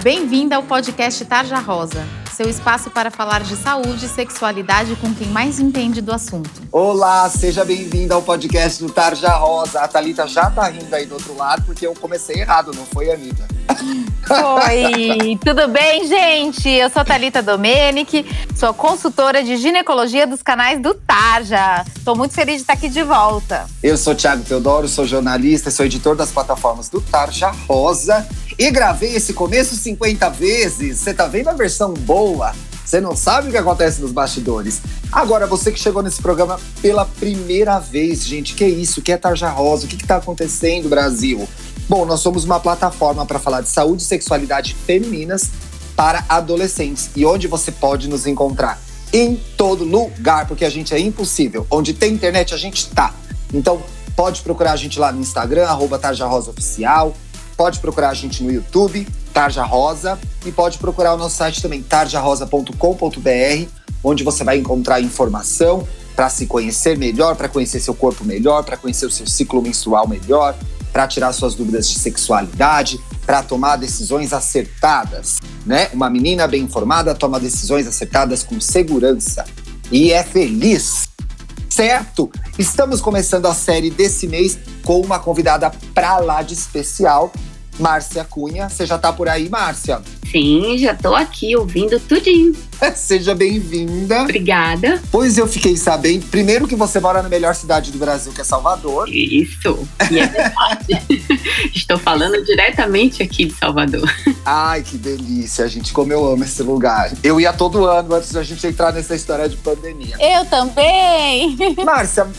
Bem-vinda ao podcast Tarja Rosa, seu espaço para falar de saúde e sexualidade com quem mais entende do assunto. Olá, seja bem-vinda ao podcast do Tarja Rosa. A Thalita já tá rindo aí do outro lado porque eu comecei errado, não foi, amiga? Oi, tudo bem, gente? Eu sou Thalita Domenic, sou consultora de ginecologia dos canais do Tarja. Estou muito feliz de estar aqui de volta. Eu sou Thiago Teodoro, sou jornalista, sou editor das plataformas do Tarja Rosa e gravei esse começo 50 vezes. Você tá vendo a versão boa? Você não sabe o que acontece nos bastidores. Agora, você que chegou nesse programa pela primeira vez, gente, que é isso? O que é Tarja Rosa? O que tá acontecendo, Brasil? Bom, nós somos uma plataforma para falar de saúde e sexualidade femininas para adolescentes. E onde você pode nos encontrar? Em todo lugar, porque a gente é impossível. Onde tem internet, a gente tá. Então, pode procurar a gente lá no Instagram, @TarjaRosaOficial. Pode procurar a gente no YouTube, Tarja Rosa. E pode procurar o nosso site também, tarjarosa.com.br, onde você vai encontrar informação para se conhecer melhor, para conhecer seu corpo melhor, para conhecer o seu ciclo menstrual melhor, para tirar suas dúvidas de sexualidade, para tomar decisões acertadas, né? Uma menina bem informada toma decisões acertadas com segurança e é feliz, certo? Estamos começando a série desse mês com uma convidada pra lá de especial, Márcia Cunha. Você já tá por aí, Márcia? Sim, já tô aqui ouvindo tudinho. Seja bem-vinda. Obrigada. Pois eu fiquei sabendo, primeiro, que você mora na melhor cidade do Brasil, que é Salvador. Isso, e é verdade. Estou falando diretamente aqui de Salvador. Ai, que delícia, gente, como eu amo esse lugar. Eu ia todo ano antes da gente entrar nessa história de pandemia. Eu também! Márcia,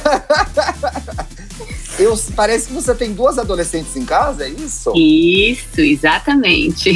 parece que você tem 2 adolescentes em casa, é isso? Isso, exatamente.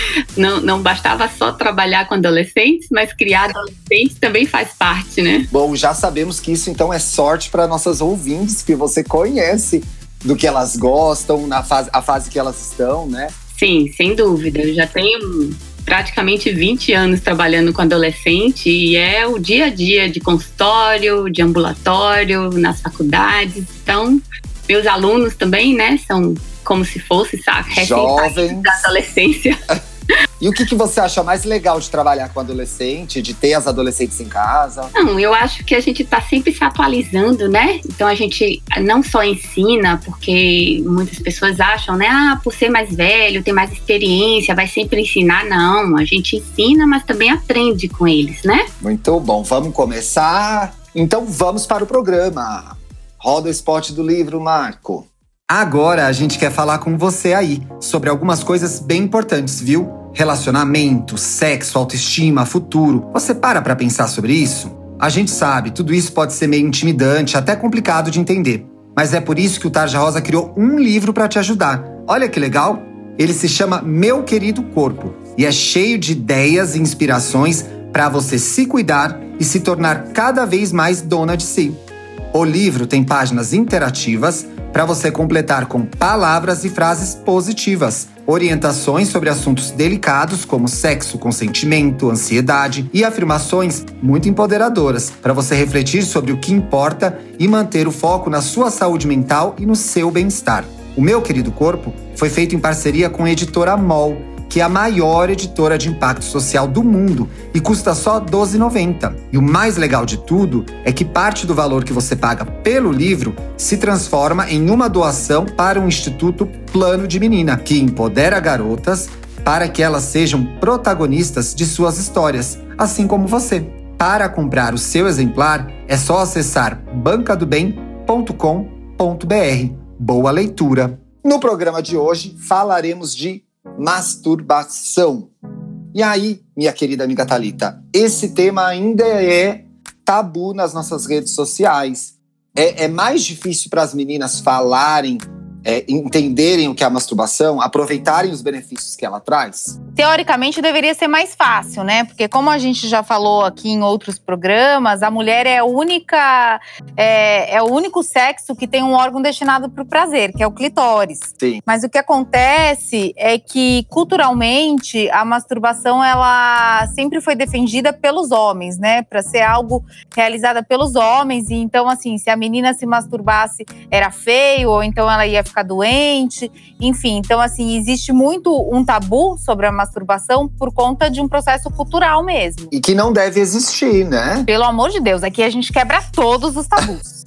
Não bastava só trabalhar com adolescentes, mas criar adolescentes também faz parte, né? Bom, já sabemos que isso então é sorte para nossas ouvintes, que você conhece do que elas gostam, a fase que elas estão, né? Sim, sem dúvida. Eu já tenho praticamente 20 anos trabalhando com adolescente e é o dia a dia de consultório, de ambulatório, nas faculdades. Então, meus alunos também, né, são como se fosse, sabe, jovens da adolescência. E o que você acha mais legal de trabalhar com adolescente, de ter as adolescentes em casa? Não, eu acho que a gente está sempre se atualizando, né? Então a gente não só ensina, porque muitas pessoas acham, né? Por ser mais velho, ter mais experiência, vai sempre ensinar. Não, a gente ensina, mas também aprende com eles, né? Muito bom, vamos começar? Então vamos para o programa. Roda o spot do livro, Marco. Agora a gente quer falar com você aí sobre algumas coisas bem importantes, viu? Relacionamento, sexo, autoestima, futuro. Você para pra pensar sobre isso? A gente sabe, tudo isso pode ser meio intimidante, até complicado de entender. Mas é por isso que o Tarja Rosa criou um livro pra te ajudar. Olha que legal! Ele se chama Meu Querido Corpo e é cheio de ideias e inspirações pra você se cuidar e se tornar cada vez mais dona de si. O livro tem páginas interativas para você completar com palavras e frases positivas, orientações sobre assuntos delicados como sexo, consentimento, ansiedade e afirmações muito empoderadoras para você refletir sobre o que importa e manter o foco na sua saúde mental e no seu bem-estar. O Meu Querido Corpo foi feito em parceria com a editora MOL, que é a maior editora de impacto social do mundo e custa só R$ 12,90. E o mais legal de tudo é que parte do valor que você paga pelo livro se transforma em uma doação para o Instituto Plano de Menina, que empodera garotas para que elas sejam protagonistas de suas histórias, assim como você. Para comprar o seu exemplar, é só acessar bancadobem.com.br. Boa leitura! No programa de hoje, falaremos de masturbação. E aí, minha querida amiga Thalita, esse tema ainda é tabu nas nossas redes sociais. É mais difícil para as meninas falarem, entenderem o que é a masturbação, aproveitarem os benefícios que ela traz? Teoricamente deveria ser mais fácil, né? Porque como a gente já falou aqui em outros programas, a mulher é o único sexo que tem um órgão destinado para o prazer, que é o clitóris. Sim. Mas o que acontece é que, culturalmente, a masturbação ela sempre foi defendida pelos homens, né? Para ser algo realizado pelos homens. E então, assim, se a menina se masturbasse, era feio, ou então ela ia ficar doente, enfim. Então, assim, existe muito um tabu sobre a masturbação por conta de um processo cultural mesmo. E que não deve existir, né? Pelo amor de Deus, aqui a gente quebra todos os tabus.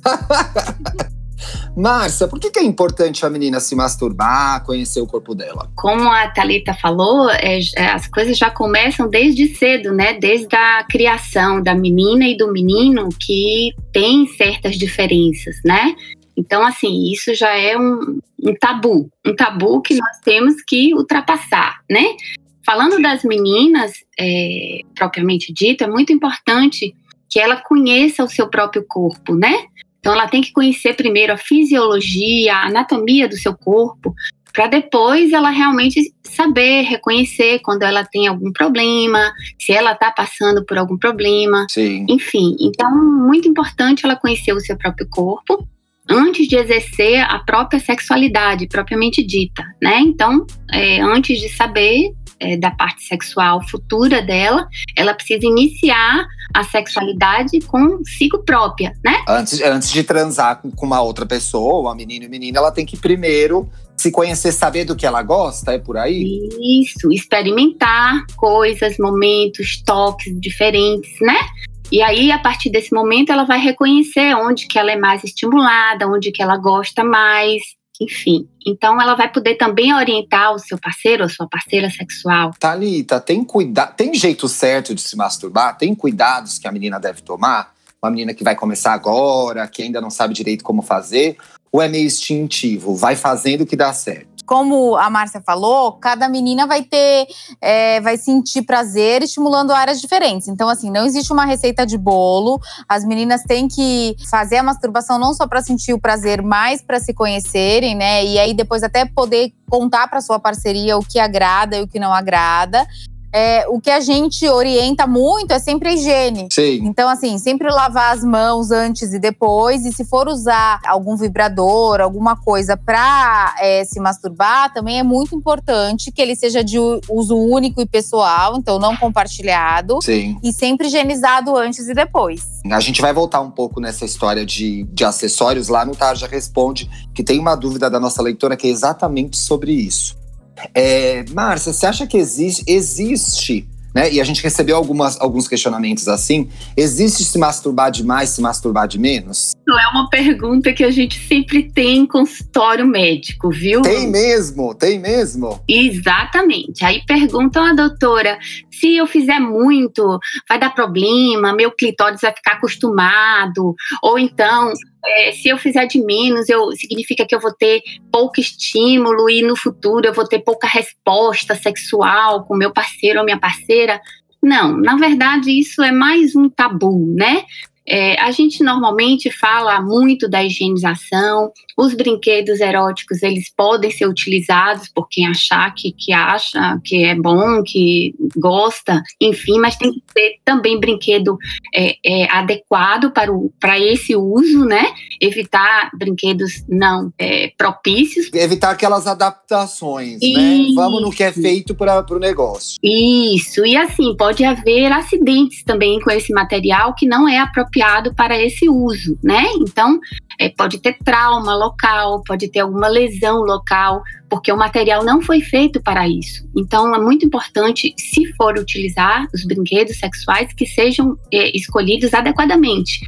Márcia, por que é importante a menina se masturbar, conhecer o corpo dela? Como a Thalita falou, as coisas já começam desde cedo, né? Desde a criação da menina e do menino, que tem certas diferenças, né? Então, assim, isso já é um tabu que nós temos que ultrapassar, né? Falando das meninas, propriamente dito, é muito importante que ela conheça o seu próprio corpo, né? Então, ela tem que conhecer primeiro a fisiologia, a anatomia do seu corpo, para depois ela realmente saber, reconhecer quando ela tem algum problema, se ela está passando por algum problema. Sim. Enfim, então, muito importante ela conhecer o seu próprio corpo antes de exercer a própria sexualidade, propriamente dita, né? Então, antes de saber da parte sexual futura dela, ela precisa iniciar a sexualidade consigo própria, né? Antes de transar com uma outra pessoa, uma menina e menina, ela tem que primeiro se conhecer, saber do que ela gosta, é por aí? Isso, experimentar coisas, momentos, toques diferentes, né? E aí, a partir desse momento, ela vai reconhecer onde que ela é mais estimulada, onde que ela gosta mais, enfim. Então, ela vai poder também orientar o seu parceiro ou sua parceira sexual. Thalita, tem jeito certo de se masturbar? Tem cuidados que a menina deve tomar? Uma menina que vai começar agora, que ainda não sabe direito como fazer? Ou é meio instintivo? Vai fazendo que dá certo? Como a Márcia falou, cada menina vai sentir prazer estimulando áreas diferentes. Então, assim, não existe uma receita de bolo. As meninas têm que fazer a masturbação não só para sentir o prazer, mas para se conhecerem, né? E aí depois até poder contar para sua parceria o que agrada e o que não agrada. O que a gente orienta muito é sempre a higiene. Sim. Então, assim, sempre lavar as mãos antes e depois. E se for usar algum vibrador, alguma coisa pra se masturbar, também é muito importante que ele seja de uso único e pessoal, então não compartilhado. Sim. E sempre higienizado antes e depois. A gente vai voltar um pouco nessa história de acessórios. Lá no Tarja Responde, que tem uma dúvida da nossa leitora que é exatamente sobre isso. Márcia, você acha que existe, né? E a gente recebeu alguns questionamentos assim. Existe se masturbar demais, se masturbar de menos? Não é uma pergunta que a gente sempre tem em consultório médico, viu? Tem mesmo? Exatamente. Aí perguntam a doutora, se eu fizer muito, vai dar problema, meu clitóris vai ficar acostumado, ou então, se eu fizer de menos, significa que eu vou ter pouco estímulo e no futuro eu vou ter pouca resposta sexual com meu parceiro ou minha parceira. Não, na verdade isso é mais um tabu, né? A gente normalmente fala muito da higienização. Os brinquedos eróticos, eles podem ser utilizados por quem achar que acha que é bom, que gosta, enfim, mas tem que ter também brinquedo adequado para esse uso, né? Evitar brinquedos não propícios. Evitar aquelas adaptações, Isso. Né? Vamos no que é feito para o negócio. Isso, e assim, pode haver acidentes também com esse material que não é apropriado para esse uso, né? Então, pode ter trauma local, pode ter alguma lesão local, porque o material não foi feito para isso. Então, é muito importante, se for utilizar os brinquedos sexuais, que sejam escolhidos adequadamente,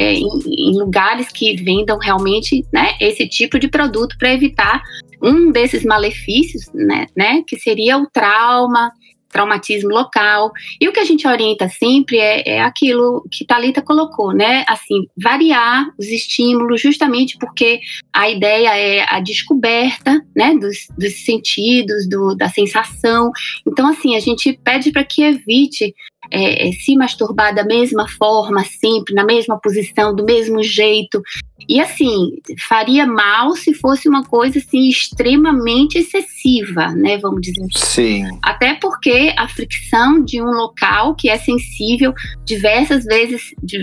em lugares que vendam realmente, né, esse tipo de produto para evitar um desses malefícios, né, que seria o traumatismo local. E o que a gente orienta sempre é aquilo que Thalita colocou, né? Assim, variar os estímulos, justamente porque a ideia é a descoberta, né, dos sentidos, da sensação. Então, assim, a gente pede para que evite se masturbar da mesma forma, sempre, na mesma posição, do mesmo jeito. E assim, faria mal se fosse uma coisa assim, extremamente excessiva, né? Vamos dizer assim. Sim. Até porque a fricção de um local que é sensível diversas vezes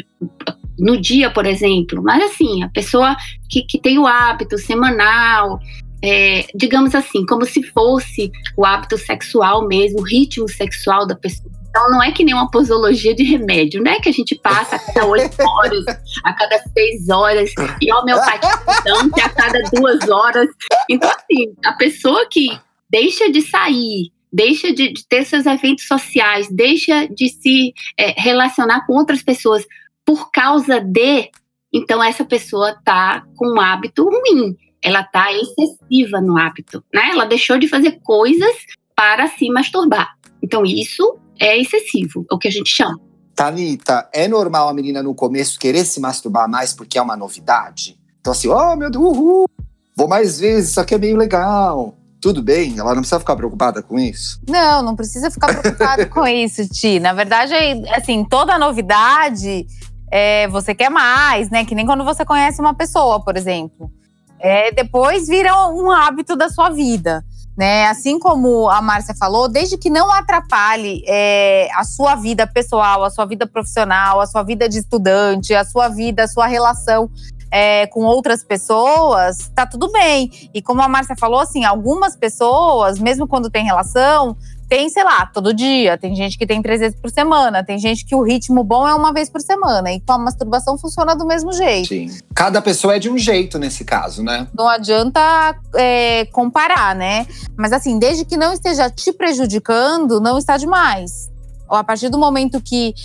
no dia, por exemplo. Mas assim, a pessoa que tem o hábito semanal, digamos assim, como se fosse o hábito sexual mesmo, o ritmo sexual da pessoa. Então não é que nem uma posologia de remédio, não é que a gente passa a cada 8 horas, a cada 6 horas, e a homeopatia então, que a cada 2 horas. Então, assim, a pessoa que deixa de sair, deixa de ter seus eventos sociais, deixa de se relacionar com outras pessoas por causa de... Então, essa pessoa está com um hábito ruim. Ela está excessiva no hábito, né? Ela deixou de fazer coisas para se masturbar. Então, isso é excessivo, é o que a gente chama. Thalita, é normal a menina no começo querer se masturbar mais porque é uma novidade? Então assim, oh meu Deus, uhul, vou mais vezes, isso aqui é meio legal. Tudo bem? Ela não precisa ficar preocupada com isso? Não precisa ficar preocupada com isso, Ti. Na verdade, assim, toda novidade, você quer mais, né? Que nem quando você conhece uma pessoa, por exemplo. Depois vira um hábito da sua vida, né? Assim como a Márcia falou, desde que não atrapalhe a sua vida pessoal, a sua vida profissional, a sua vida de estudante, a sua vida, a sua relação com outras pessoas, tá tudo bem. E como a Márcia falou, assim, algumas pessoas, mesmo quando tem relação, tem, sei lá, todo dia. Tem gente que tem 3 vezes por semana. Tem gente que o ritmo bom é 1 vez por semana. E com a masturbação funciona do mesmo jeito. Sim. Cada pessoa é de um jeito nesse caso, né? Não adianta comparar, né? Mas assim, desde que não esteja te prejudicando, não está demais. Ou a partir do momento que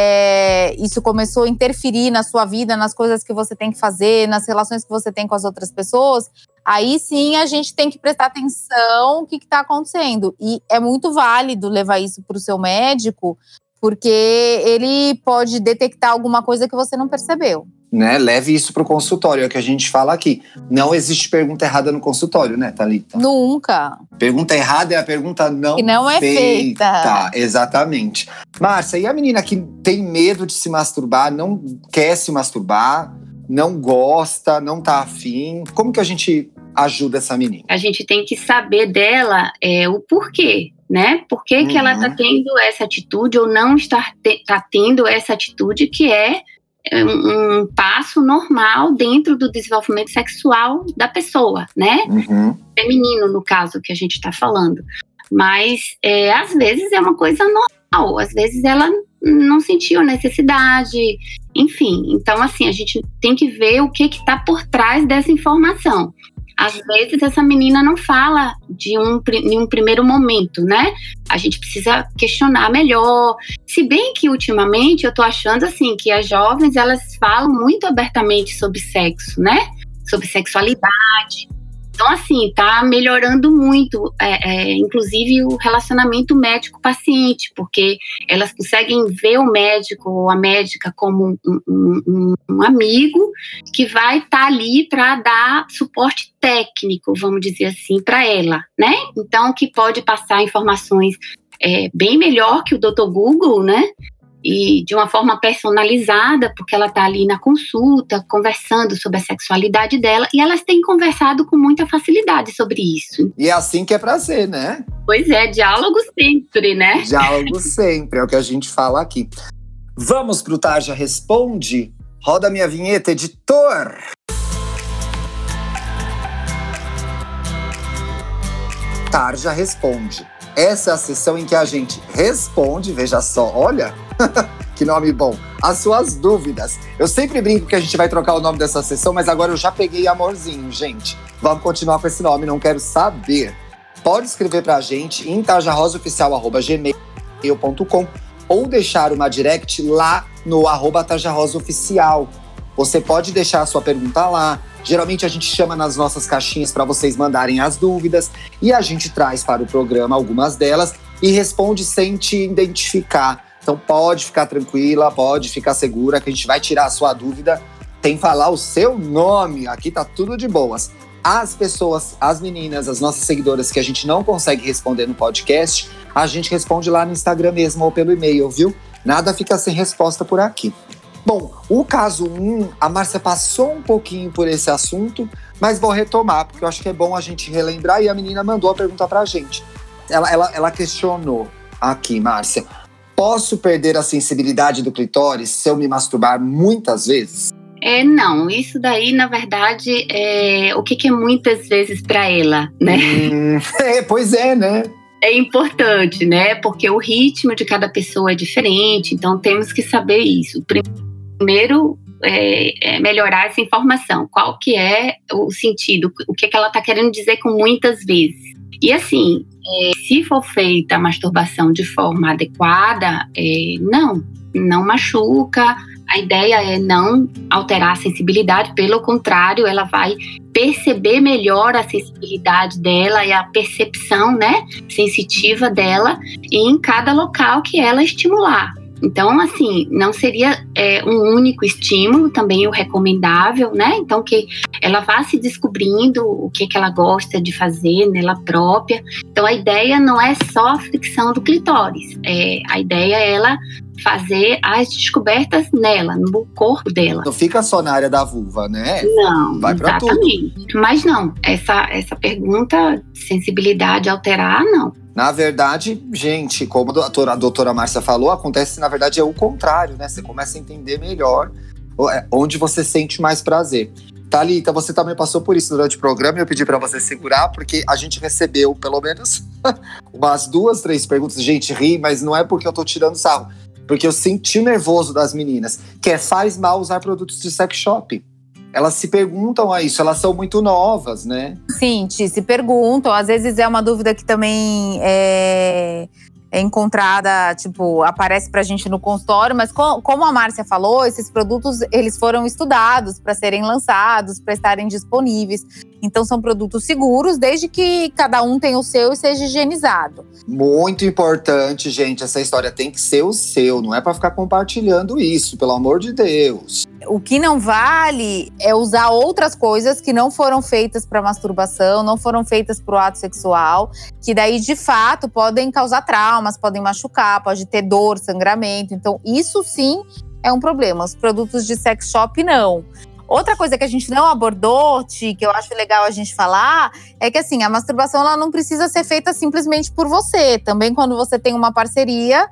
isso começou a interferir na sua vida, nas coisas que você tem que fazer, nas relações que você tem com as outras pessoas, aí sim a gente tem que prestar atenção no que está acontecendo. E é muito válido levar isso para o seu médico, porque ele pode detectar alguma coisa que você não percebeu. Né? Leve isso pro consultório, é o que a gente fala aqui. Não existe pergunta errada no consultório, né, Thalita? Nunca. Pergunta errada é a pergunta não, que não é feita. Exatamente. Márcia, e a menina que tem medo de se masturbar, não quer se masturbar, não gosta, não tá afim, como que a gente ajuda essa menina? A gente tem que saber dela o porquê, né? Por que que ela está tendo essa atitude ou não está tendo essa atitude, que é um passo normal dentro do desenvolvimento sexual da pessoa, né? Feminino, no caso, que a gente está falando. Mas, às vezes, é uma coisa normal. Às vezes, ela não sentiu necessidade. Enfim, então, assim, a gente tem que ver o que está por trás dessa informação. Às vezes, essa menina não fala em um primeiro momento, né? A gente precisa questionar melhor. Se bem que, ultimamente, eu tô achando, assim, que as jovens, elas falam muito abertamente sobre sexo, né? Sobre sexualidade. Então, assim, tá melhorando muito, inclusive, o relacionamento médico-paciente, porque elas conseguem ver o médico ou a médica como um amigo que vai estar ali para dar suporte técnico, vamos dizer assim, para ela, né? Então, que pode passar informações bem melhor que o Dr. Google, né? E de uma forma personalizada, porque ela está ali na consulta, conversando sobre a sexualidade dela, e elas têm conversado com muita facilidade sobre isso. E é assim que é pra ser, né? Pois é, diálogo sempre, né? Diálogo sempre, é o que a gente fala aqui. Vamos pro Tarja Responde? Roda a minha vinheta, editor! Tarja Responde. Essa é a sessão em que a gente responde, veja só, olha, que nome bom, as suas dúvidas. Eu sempre brinco que a gente vai trocar o nome dessa sessão, mas agora eu já peguei amorzinho, gente. Vamos continuar com esse nome, não quero saber. Pode escrever pra gente em tarjarosaoficial@gmail.com ou deixar uma direct lá no @tarjarosaoficial. Você pode deixar a sua pergunta lá. Geralmente a gente chama nas nossas caixinhas para vocês mandarem as dúvidas e a gente traz para o programa algumas delas e responde sem te identificar. Então pode ficar tranquila, pode ficar segura que a gente vai tirar a sua dúvida sem falar o seu nome. Aqui tá tudo de boas. As pessoas, as meninas, as nossas seguidoras que a gente não consegue responder no podcast, a gente responde lá no Instagram mesmo ou pelo e-mail, viu? Nada fica sem resposta por aqui. Bom, o caso 1, a Márcia passou um pouquinho por esse assunto, mas vou retomar, porque eu acho que é bom a gente relembrar, e a menina mandou a pergunta pra gente. Ela questionou aqui, Márcia: posso perder a sensibilidade do clitóris se eu me masturbar muitas vezes? Não, isso daí, na verdade, o que é muitas vezes pra ela, né? Pois é, né? é importante, né? Porque o ritmo de cada pessoa é diferente, então temos que saber isso. Primeiro, melhorar essa informação. Qual que é o sentido? O que ela está querendo dizer com muitas vezes? E assim, se for feita a masturbação de forma adequada, não machuca. A ideia é não alterar a sensibilidade, pelo contrário, ela vai perceber melhor a sensibilidade dela e a percepção, né, sensitiva dela em cada local que ela estimular. Então, assim, não seria um único estímulo, também o recomendável, né? Então, que ela vá se descobrindo o que ela gosta de fazer nela própria. Então, a ideia não é só a fricção do clitóris. A ideia é ela fazer as descobertas nela, no corpo dela. Não fica só na área da vulva, né? Não, vai pra exatamente. tudo. Mas não, essa pergunta, sensibilidade alterar, não. Na verdade, gente, como a doutora Márcia falou, acontece, na verdade, é o contrário, né? Você começa a entender melhor onde você sente mais prazer. Thalita, você também passou por isso durante o programa e eu pedi pra você segurar, porque a gente recebeu, pelo menos, umas 2, 3 perguntas. Gente, ri, mas não é porque eu tô tirando sarro. Porque eu senti o nervoso das meninas, que faz mal usar produtos de sex shop. Elas se perguntam a isso, elas são muito novas, né? Sim, se perguntam. Às vezes é uma dúvida que também é encontrada, tipo, aparece pra gente no consultório, mas como a Márcia falou, esses produtos, eles foram estudados para serem lançados, para estarem disponíveis. Então, são produtos seguros, desde que cada um tenha o seu e seja higienizado. Muito importante, gente, essa história tem que ser o seu, não é para ficar compartilhando isso, pelo amor de Deus. O que não vale é usar outras coisas que não foram feitas para masturbação, não foram feitas para o ato sexual, que daí, de fato, podem causar traumas, podem machucar, pode ter dor, sangramento. Então, isso sim é um problema. Os produtos de sex shop, não. Outra coisa que a gente não abordou, Ti, que eu acho legal a gente falar, é que assim, a masturbação ela não precisa ser feita simplesmente por você. Também quando você tem uma parceria,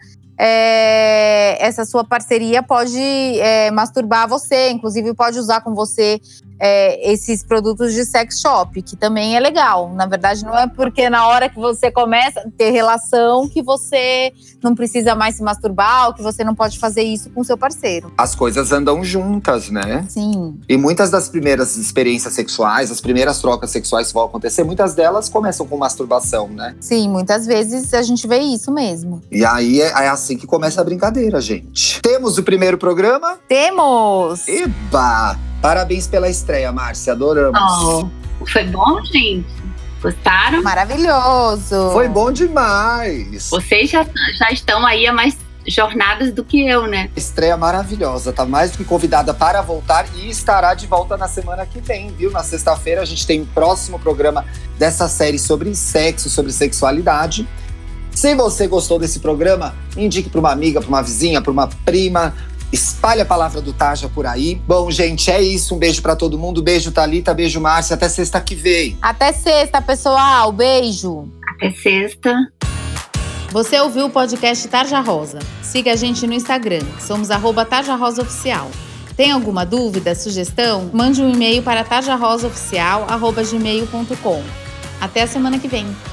essa sua parceria pode masturbar você, inclusive pode usar com você esses produtos de sex shop, que também é legal. Na verdade, não é porque na hora que você começa a ter relação que você não precisa mais se masturbar ou que você não pode fazer isso com seu parceiro. As coisas andam juntas, né? Sim. E muitas das primeiras experiências sexuais, as primeiras trocas sexuais que vão acontecer, muitas delas começam com masturbação, né? Sim, muitas vezes a gente vê isso mesmo. E aí é assim que começa a brincadeira, gente. Temos o primeiro programa? Temos! Eba! Parabéns pela estreia, Márcia. Adoramos. Oh, foi bom, gente? Gostaram? Maravilhoso! Foi bom demais! Vocês já estão aí há mais jornadas do que eu, né? Estreia maravilhosa. Tá mais do que convidada para voltar e estará de volta na semana que vem, viu? Na sexta-feira a gente tem o próximo programa dessa série sobre sexo, sobre sexualidade. Se você gostou desse programa, indique para uma amiga, para uma vizinha, para uma prima. Espalhe a palavra do Taja por aí. Bom, gente, é isso. Um beijo pra todo mundo. Beijo, Thalita. Beijo, Márcia. Até sexta que vem. Até sexta, pessoal. Beijo. Até sexta. Você ouviu o podcast Tarja Rosa. Siga a gente no Instagram. Somos @TarjaRosaOficial. Tem alguma dúvida, sugestão? Mande um e-mail para tarjarosaoficial@gmail.com. Até a semana que vem.